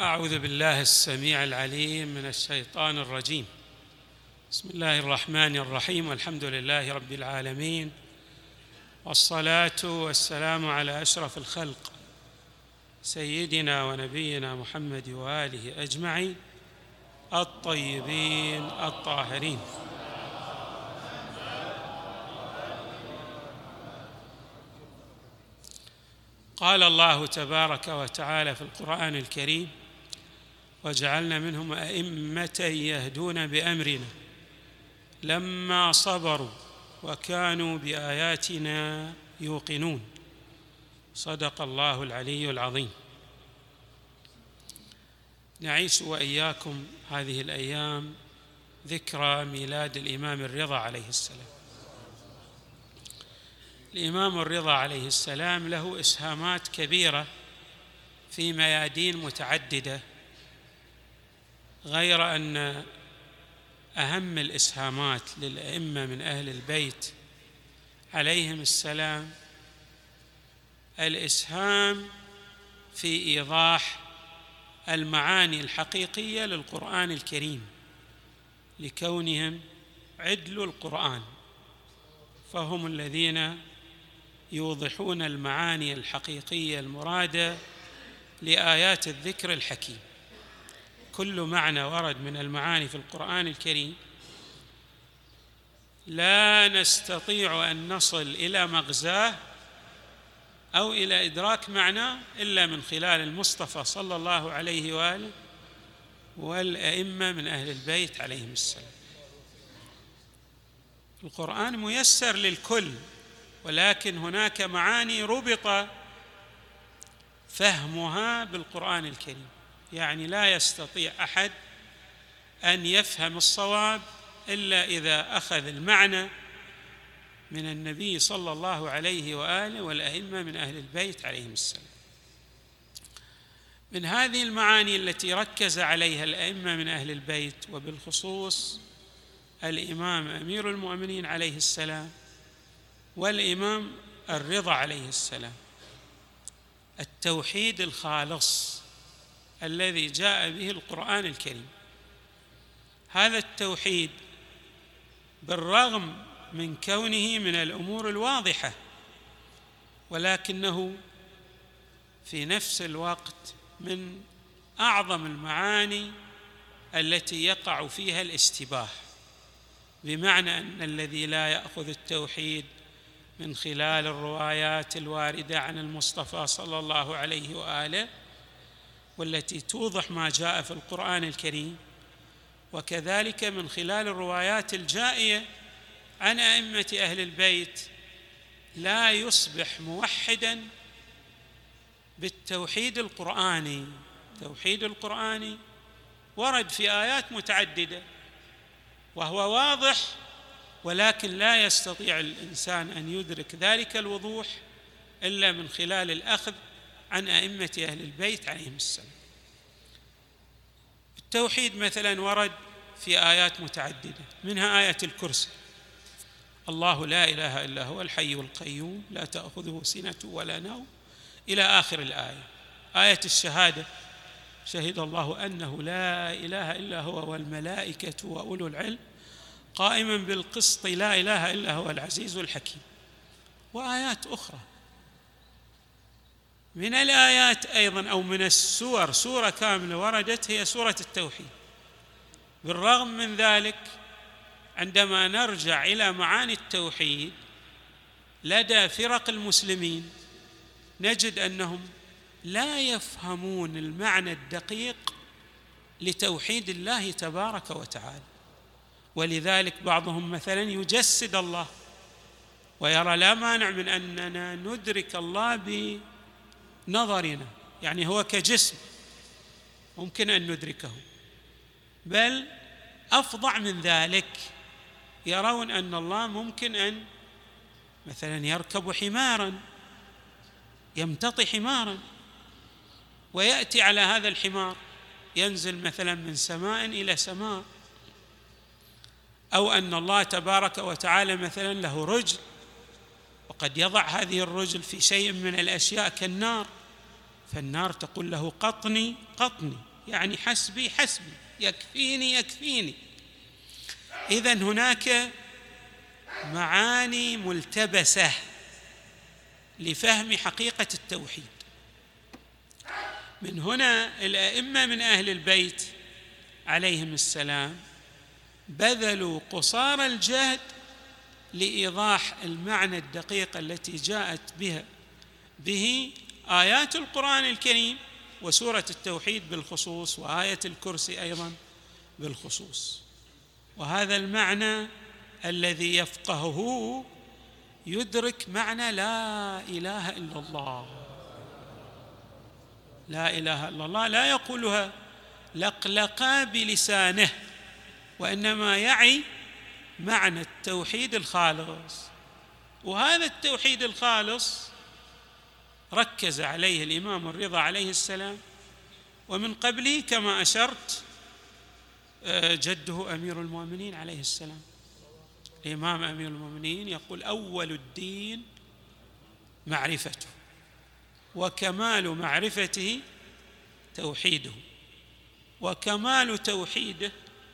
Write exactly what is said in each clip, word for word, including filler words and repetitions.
أعوذ بالله السميع العليم من الشيطان الرجيم. بسم الله الرحمن الرحيم، والحمد لله رب العالمين، والصلاة والسلام على أشرف الخلق سيدنا ونبينا محمد وآله أجمعين الطيبين الطاهرين. قال الله تبارك وتعالى في القرآن الكريم: وجعلنا منهم أئمة يهدون بأمرنا لما صبروا وكانوا بآياتنا يوقنون. صدق الله العلي العظيم. نعيش وإياكم هذه الأيام ذكرى ميلاد الإمام الرضا عليه السلام. الإمام الرضا عليه السلام له إسهامات كبيرة في ميادين متعددة، غير أن أهم الإسهامات للأئمة من أهل البيت عليهم السلام الإسهام في إيضاح المعاني الحقيقية للقرآن الكريم، لكونهم عدل القرآن، فهم الذين يوضحون المعاني الحقيقية المرادة لآيات الذكر الحكيم. كل معنى ورد من المعاني في القرآن الكريم لا نستطيع أن نصل إلى مغزاه أو إلى إدراك معناه إلا من خلال المصطفى صلى الله عليه وآله والأئمة من أهل البيت عليهم السلام. القرآن ميسر للكل، ولكن هناك معاني ربط فهمها بالقرآن الكريم، يعني لا يستطيع أحد أن يفهم الصواب إلا إذا أخذ المعنى من النبي صلى الله عليه وآله والأئمة من أهل البيت عليهم السلام. من هذه المعاني التي ركز عليها الأئمة من أهل البيت، وبالخصوص الإمام أمير المؤمنين عليه السلام والإمام الرضا عليه السلام، التوحيد الخالص الذي جاء به القرآن الكريم. هذا التوحيد بالرغم من كونه من الأمور الواضحة، ولكنه في نفس الوقت من أعظم المعاني التي يقع فيها الاشتباه، بمعنى أن الذي لا يأخذ التوحيد من خلال الروايات الواردة عن المصطفى صلى الله عليه وآله والتي توضح ما جاء في القرآن الكريم، وكذلك من خلال الروايات الجائية عن أئمة أهل البيت، لا يصبح موحداً بالتوحيد القرآني. التوحيد القرآني ورد في آيات متعددة وهو واضح، ولكن لا يستطيع الإنسان أن يدرك ذلك الوضوح إلا من خلال الأخذ عن أئمة أهل البيت عليهم السلام. التوحيد مثلا ورد في آيات متعددة، منها آية الكرسي: الله لا إله إلا هو الحي القيوم لا تأخذه سنة ولا نوم، إلى آخر الآية. آية الشهادة: شهد الله أنه لا إله إلا هو والملائكة وأولو العلم قائما بالقسط لا إله إلا هو العزيز الحكيم. وآيات أخرى. من الآيات أيضا أو من السور، سورة كاملة وردت هي سورة التوحيد. بالرغم من ذلك عندما نرجع إلى معاني التوحيد لدى فرق المسلمين نجد أنهم لا يفهمون المعنى الدقيق لتوحيد الله تبارك وتعالى، ولذلك بعضهم مثلا يجسد الله ويرى لا مانع من أننا ندرك الله بنظرنا، يعني هو كجسم ممكن أن ندركه، بل أفظع من ذلك يرون أن الله ممكن أن مثلا يركب حماراً، يمتطي حماراً ويأتي على هذا الحمار، ينزل مثلا من سماء إلى سماء، أو أن الله تبارك وتعالى مثلا له رجل وقد يضع هذه الرجل في شيء من الأشياء كالنار، فالنار تقول له قطني قطني، يعني حسبي حسبي، يكفيني يكفيني. إذن هناك معاني ملتبسة لفهم حقيقة التوحيد. من هنا الأئمة من أهل البيت عليهم السلام بذلوا قصارى الجهد لإيضاح المعنى الدقيق التي جاءت بها به آيات القرآن الكريم وسورة التوحيد بالخصوص، وآية الكرسي أيضا بالخصوص. وهذا المعنى الذي يفقهه يدرك معنى لا إله إلا الله. لا إله إلا الله لا يقولها لقلقا بلسانه، وإنما يعي معنى التوحيد الخالص. وهذا التوحيد الخالص ركز عليه الإمام الرضا عليه السلام، ومن قبله كما أشرت جده أمير المؤمنين عليه السلام. الإمام أمير المؤمنين يقول: أول الدين معرفته، وكمال معرفته توحيده، وكمال توحيده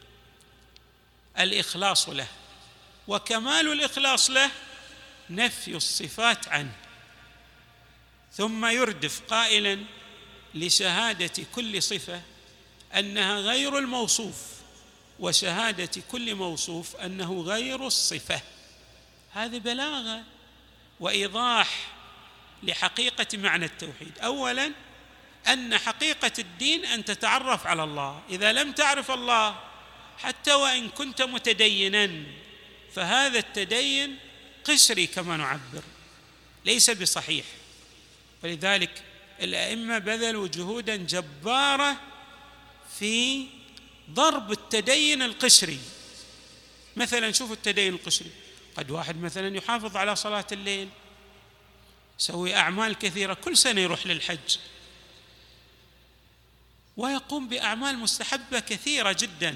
الإخلاص له، وكمال الإخلاص له نفي الصفات عنه. ثم يردف قائلاً: لشهادة كل صفة أنها غير الموصوف، وشهادة كل موصوف أنه غير الصفة. هذه بلاغة وإيضاح لحقيقة معنى التوحيد. أولاً أن حقيقة الدين أن تتعرف على الله. إذا لم تعرف الله حتى وإن كنت متديناً فهذا التدين قشري كما نعبر، ليس بصحيح. ولذلك الأئمة بذلوا جهوداً جبارة في ضرب التدين القشري. مثلاً شوفوا التدين القشري، قد واحد مثلاً يحافظ على صلاة الليل، يسوي أعمال كثيرة، كل سنة يروح للحج ويقوم بأعمال مستحبة كثيرة جداً،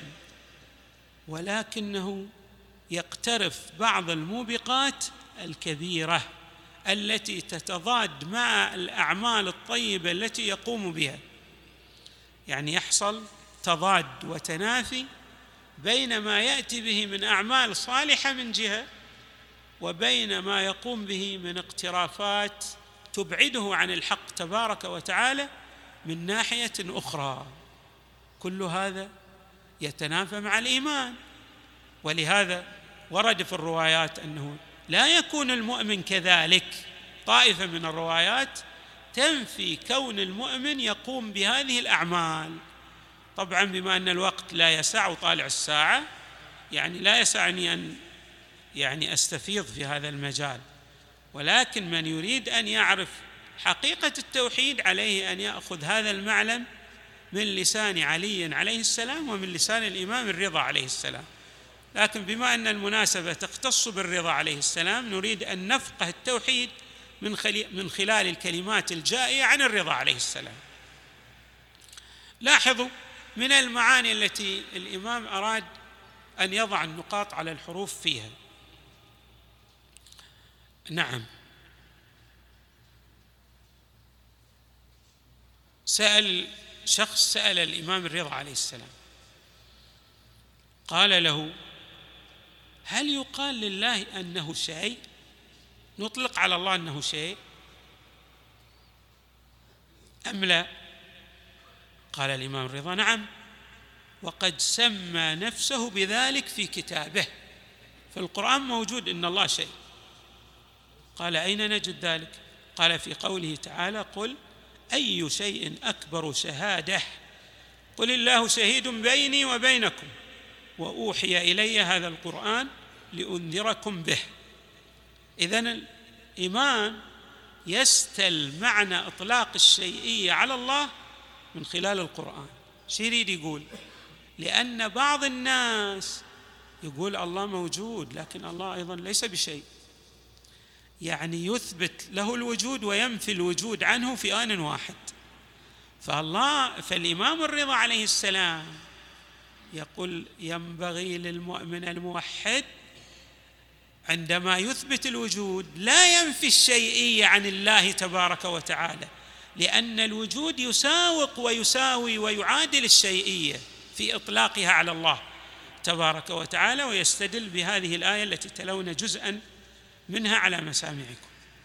ولكنه يقترف بعض الموبقات الكبيرة التي تتضاد مع الأعمال الطيبة التي يقوم بها. يعني يحصل تضاد وتنافي بين ما يأتي به من أعمال صالحة من جهة، وبين ما يقوم به من اقترافات تبعده عن الحق تبارك وتعالى من ناحية أخرى. كل هذا يتنافى مع الإيمان. ولهذا ورد في الروايات أنه لا يكون المؤمن كذلك. طائفة من الروايات تنفي كون المؤمن يقوم بهذه الأعمال. طبعا بما أن الوقت لا يسع وطالع الساعة، يعني لا يسعني أن يعني أستفيض في هذا المجال، ولكن من يريد أن يعرف حقيقة التوحيد عليه أن يأخذ هذا المعلم من لسان علي عليه السلام ومن لسان الإمام الرضا عليه السلام. لكن بما أن المناسبة تختص بالرضا عليه السلام نريد أن نفقه التوحيد من من خلال الكلمات الجائية عن الرضا عليه السلام. لاحظوا من المعاني التي الإمام أراد أن يضع النقاط على الحروف فيها. نعم، سأل شخص سأل الإمام الرضا عليه السلام، قال له: هل يقال لله أنه شيء؟ نطلق على الله أنه شيء أم لا؟ قال الإمام الرضا: نعم، وقد سمى نفسه بذلك في كتابه، في القرآن موجود إن الله شيء. قال: أين نجد ذلك؟ قال: في قوله تعالى: قل أي شيء أكبر شهادة قل الله شهيد بيني وبينكم وأوحي إلي هذا القرآن لأنذركم به. إذن الإمام يستل معنى إطلاق الشيئية على الله من خلال القرآن. شو يريد يقول؟ لأن بعض الناس يقول الله موجود لكن الله أيضا ليس بشيء، يعني يثبت له الوجود وينفي الوجود عنه في آن واحد. فالله فالإمام الرضا عليه السلام يقول: ينبغي للمؤمن الموحد عندما يثبت الوجود لا ينفي الشيئية عن الله تبارك وتعالى، لأن الوجود يساوق ويساوي ويعادل الشيئية في إطلاقها على الله تبارك وتعالى، ويستدل بهذه الآية التي تلون جزءاً منها على مسامعكم.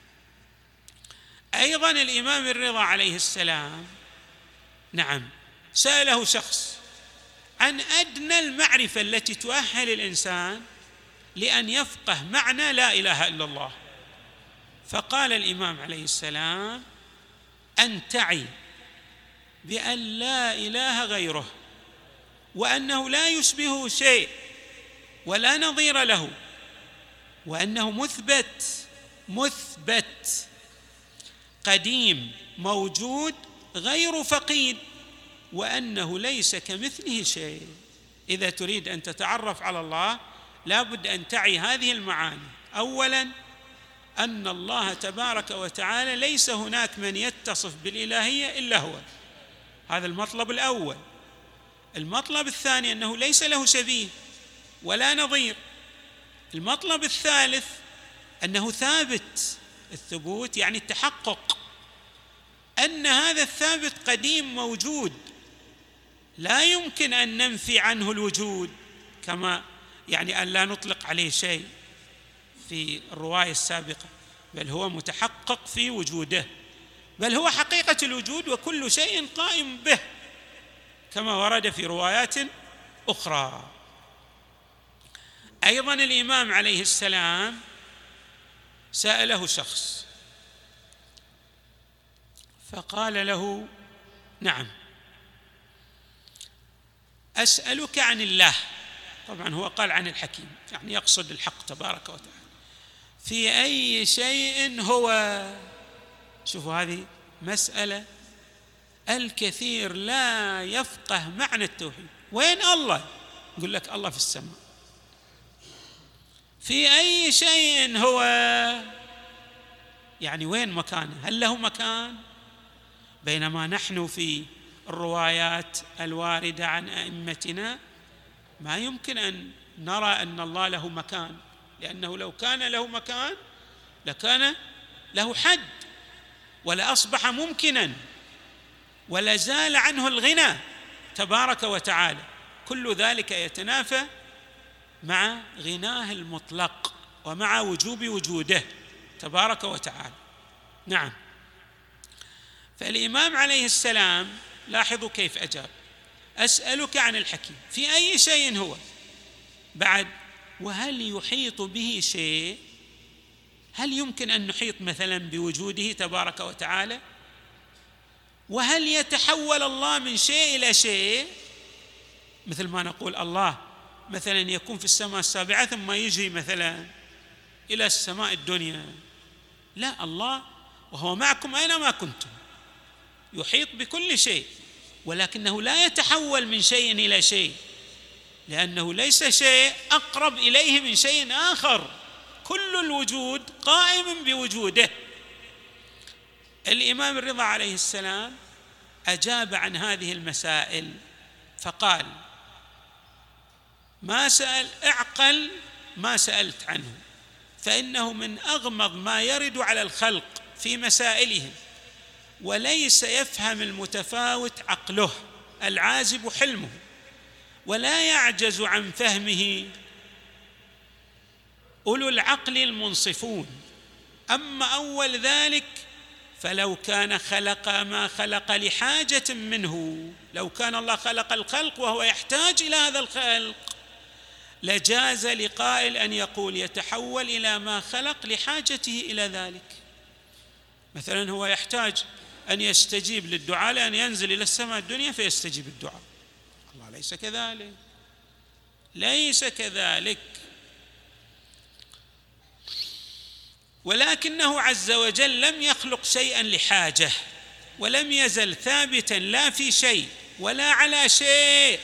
أيضاً الإمام الرضا عليه السلام نعم سأله شخص عن أدنى المعرفة التي تؤهل الإنسان لأن يفقه معنى لا إله إلا الله، فقال الإمام عليه السلام: أن تعي بأن لا إله غيره، وأنه لا يشبهه شيء ولا نظير له، وأنه مثبت مثبت قديم موجود غير فقيد، وأنه ليس كمثله شيء. إذا تريد أن تتعرف على الله لا بد أن تعي هذه المعاني. أولاً أن الله تبارك وتعالى ليس هناك من يتصف بالإلهية إلا هو، هذا المطلب الأول. المطلب الثاني أنه ليس له شبيه ولا نظير. المطلب الثالث أنه ثابت، الثبوت يعني التحقق، أن هذا الثابت قديم موجود لا يمكن أن ننفي عنه الوجود، كما يعني أن لا نطلق عليه شيء في الرواية السابقة، بل هو متحقق في وجوده، بل هو حقيقة الوجود وكل شيء قائم به، كما ورد في روايات أخرى. أيضاً الإمام عليه السلام سأله شخص فقال له: نعم أسألك عن الله. طبعاً هو قال عن الحكيم، يعني يقصد الحق تبارك وتعالى. في أي شيء هو؟ شوفوا هذه مسألة الكثير لا يفقه معنى التوحيد. وين الله؟ يقول لك الله في السماء. في أي شيء هو؟ يعني وين مكانه؟ هل له مكان؟ بينما نحن في الروايات الواردة عن أئمتنا ما يمكن أن نرى أن الله له مكان، لأنه لو كان له مكان لكان له حد ولأصبح ممكناً ولازال عنه الغنى تبارك وتعالى. كل ذلك يتنافى مع غناه المطلق ومع وجوب وجوده تبارك وتعالى. نعم. فالإمام عليه السلام لاحظوا كيف أجاب: أسألك عن الحكيم في أي شيء هو؟ بعد: وهل يحيط به شيء؟ هل يمكن أن نحيط مثلاً بوجوده تبارك وتعالى؟ وهل يتحول الله من شيء إلى شيء؟ مثل ما نقول الله مثلاً يكون في السماء السابعة ثم يجي مثلاً إلى السماء الدنيا. لا، الله وهو معكم أينما كنتم، يحيط بكل شيء، ولكنه لا يتحول من شيء إلى شيء، لأنه ليس شيء أقرب إليه من شيء آخر، كل الوجود قائم بوجوده. الإمام الرضا عليه السلام أجاب عن هذه المسائل فقال: ما سأل اعقل ما سألت عنه، فإنه من أغمض ما يرد على الخلق في مسائلهم، وليس يفهم المتفاوت عقله العازب حلمه، ولا يعجز عن فهمه أولو العقل المنصفون. أما أول ذلك فلو كان خلق ما خلق لحاجة منه، لو كان الله خلق الخلق وهو يحتاج إلى هذا الخلق لجاز لقائل أن يقول يتحول إلى ما خلق لحاجته إلى ذلك. مثلا هو يحتاج أن يستجيب للدعاء لأن ينزل إلى السماء الدنيا فيستجيب الدعاء. الله ليس كذلك، ليس كذلك، ولكنه عز وجل لم يخلق شيئا لحاجة، ولم يزل ثابتا لا في شيء ولا على شيء.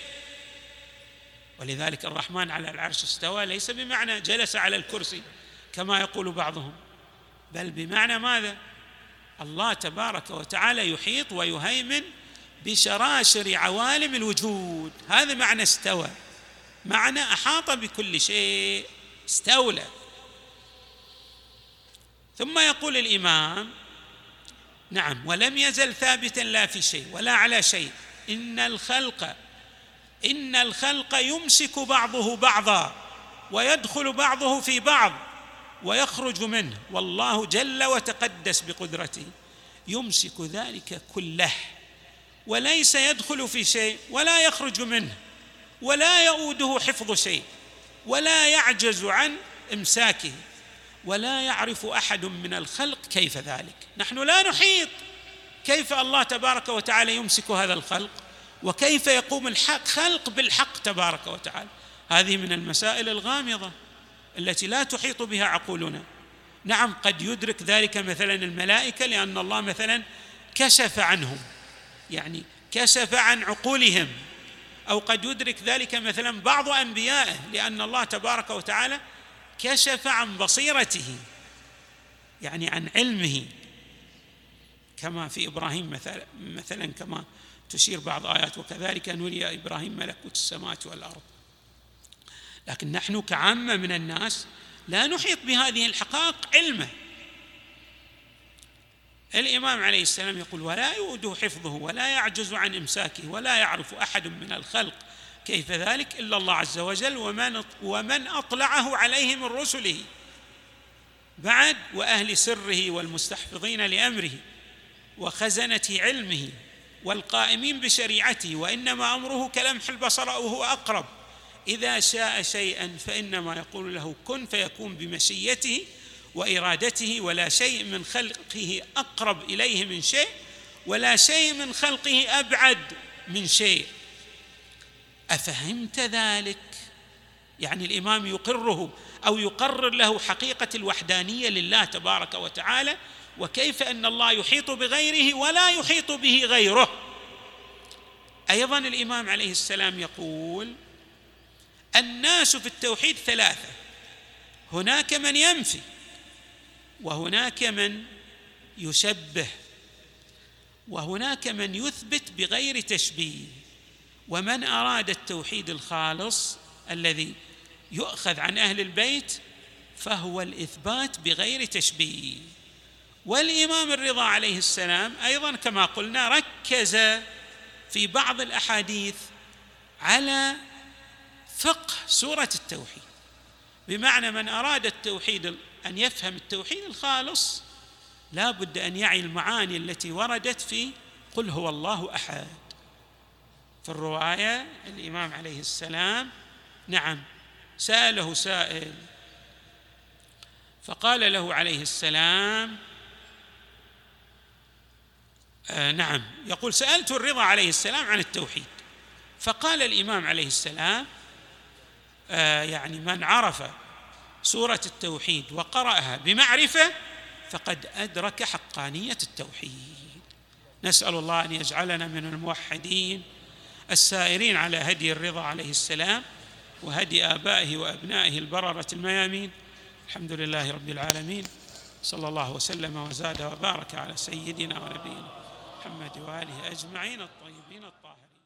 ولذلك الرحمن على العرش استوى ليس بمعنى جلس على الكرسي كما يقول بعضهم، بل بمعنى ماذا؟ الله تبارك وتعالى يحيط ويهيمن بشراشر عوالم الوجود، هذا معنى استوى، معنى أحاط بكل شيء، استولى. ثم يقول الإمام: نعم، ولم يزل ثابتا لا في شيء ولا على شيء. إن الخلق إن الخلق يمسك بعضه بعضا ويدخل بعضه في بعض ويخرج منه، والله جل وتقدس بقدرته يمسك ذلك كله، وليس يدخل في شيء ولا يخرج منه، ولا يؤوده حفظ شيء، ولا يعجز عن إمساكه، ولا يعرف أحد من الخلق كيف ذلك. نحن لا نحيط كيف الله تبارك وتعالى يمسك هذا الخلق، وكيف يقوم الحق خلق بالحق تبارك وتعالى. هذه من المسائل الغامضة التي لا تحيط بها عقولنا. نعم، قد يدرك ذلك مثلا الملائكة، لأن الله مثلا كشف عنهم، يعني كشف عن عقولهم، أو قد يدرك ذلك مثلا بعض أنبيائه، لأن الله تبارك وتعالى كشف عن بصيرته، يعني عن علمه، كما في إبراهيم مثلا, مثلا كما تشير بعض آيات: وكذلك نري إبراهيم ملكوت السماوات والأرض. لكن نحن كعامة من الناس لا نحيط بهذه الحقائق علمه. الإمام عليه السلام يقول: ولا يؤوده حفظه ولا يعجز عن إمساكه ولا يعرف أحد من الخلق كيف ذلك إلا الله عز وجل ومن ومن أطلعه عليه من رسله بعد، وأهل سره والمستحفظين لأمره وخزنة علمه والقائمين بشريعته، وإنما أمره كلمح البصر أو هو أقرب، إذا شاء شيئا فإنما يقول له كن فيكون بمشيته وإرادته، ولا شيء من خلقه أقرب إليه من شيء ولا شيء من خلقه أبعد من شيء. أفهمت ذلك؟ يعني الإمام يقره أو يقرر له حقيقة الوحدانية لله تبارك وتعالى، وكيف أن الله يحيط بغيره ولا يحيط به غيره. أيضا الإمام عليه السلام يقول: الناس في التوحيد ثلاثة: هناك من ينفي، وهناك من يشبه، وهناك من يثبت بغير تشبيه. ومن أراد التوحيد الخالص الذي يؤخذ عن أهل البيت فهو الإثبات بغير تشبيه. والإمام الرضا عليه السلام أيضا كما قلنا ركز في بعض الأحاديث على فقه سورة التوحيد، بمعنى من أراد التوحيد أن يفهم التوحيد الخالص لا بد أن يعي المعاني التي وردت في قل هو الله أحد. في الرواية الإمام عليه السلام نعم سأله سائل فقال له عليه السلام آه نعم يقول: سألت الرضا عليه السلام عن التوحيد، فقال الإمام عليه السلام آه يعني من عرف سورة التوحيد وقرأها بمعرفة فقد أدرك حقانية التوحيد. نسأل الله أن يجعلنا من الموحدين السائرين على هدي الرضا عليه السلام وهدي آبائه وأبنائه البررة الميامين. الحمد لله رب العالمين، صلى الله وسلم وزاد وبارك على سيدنا ونبينا محمد وآله أجمعين الطيبين الطاهرين.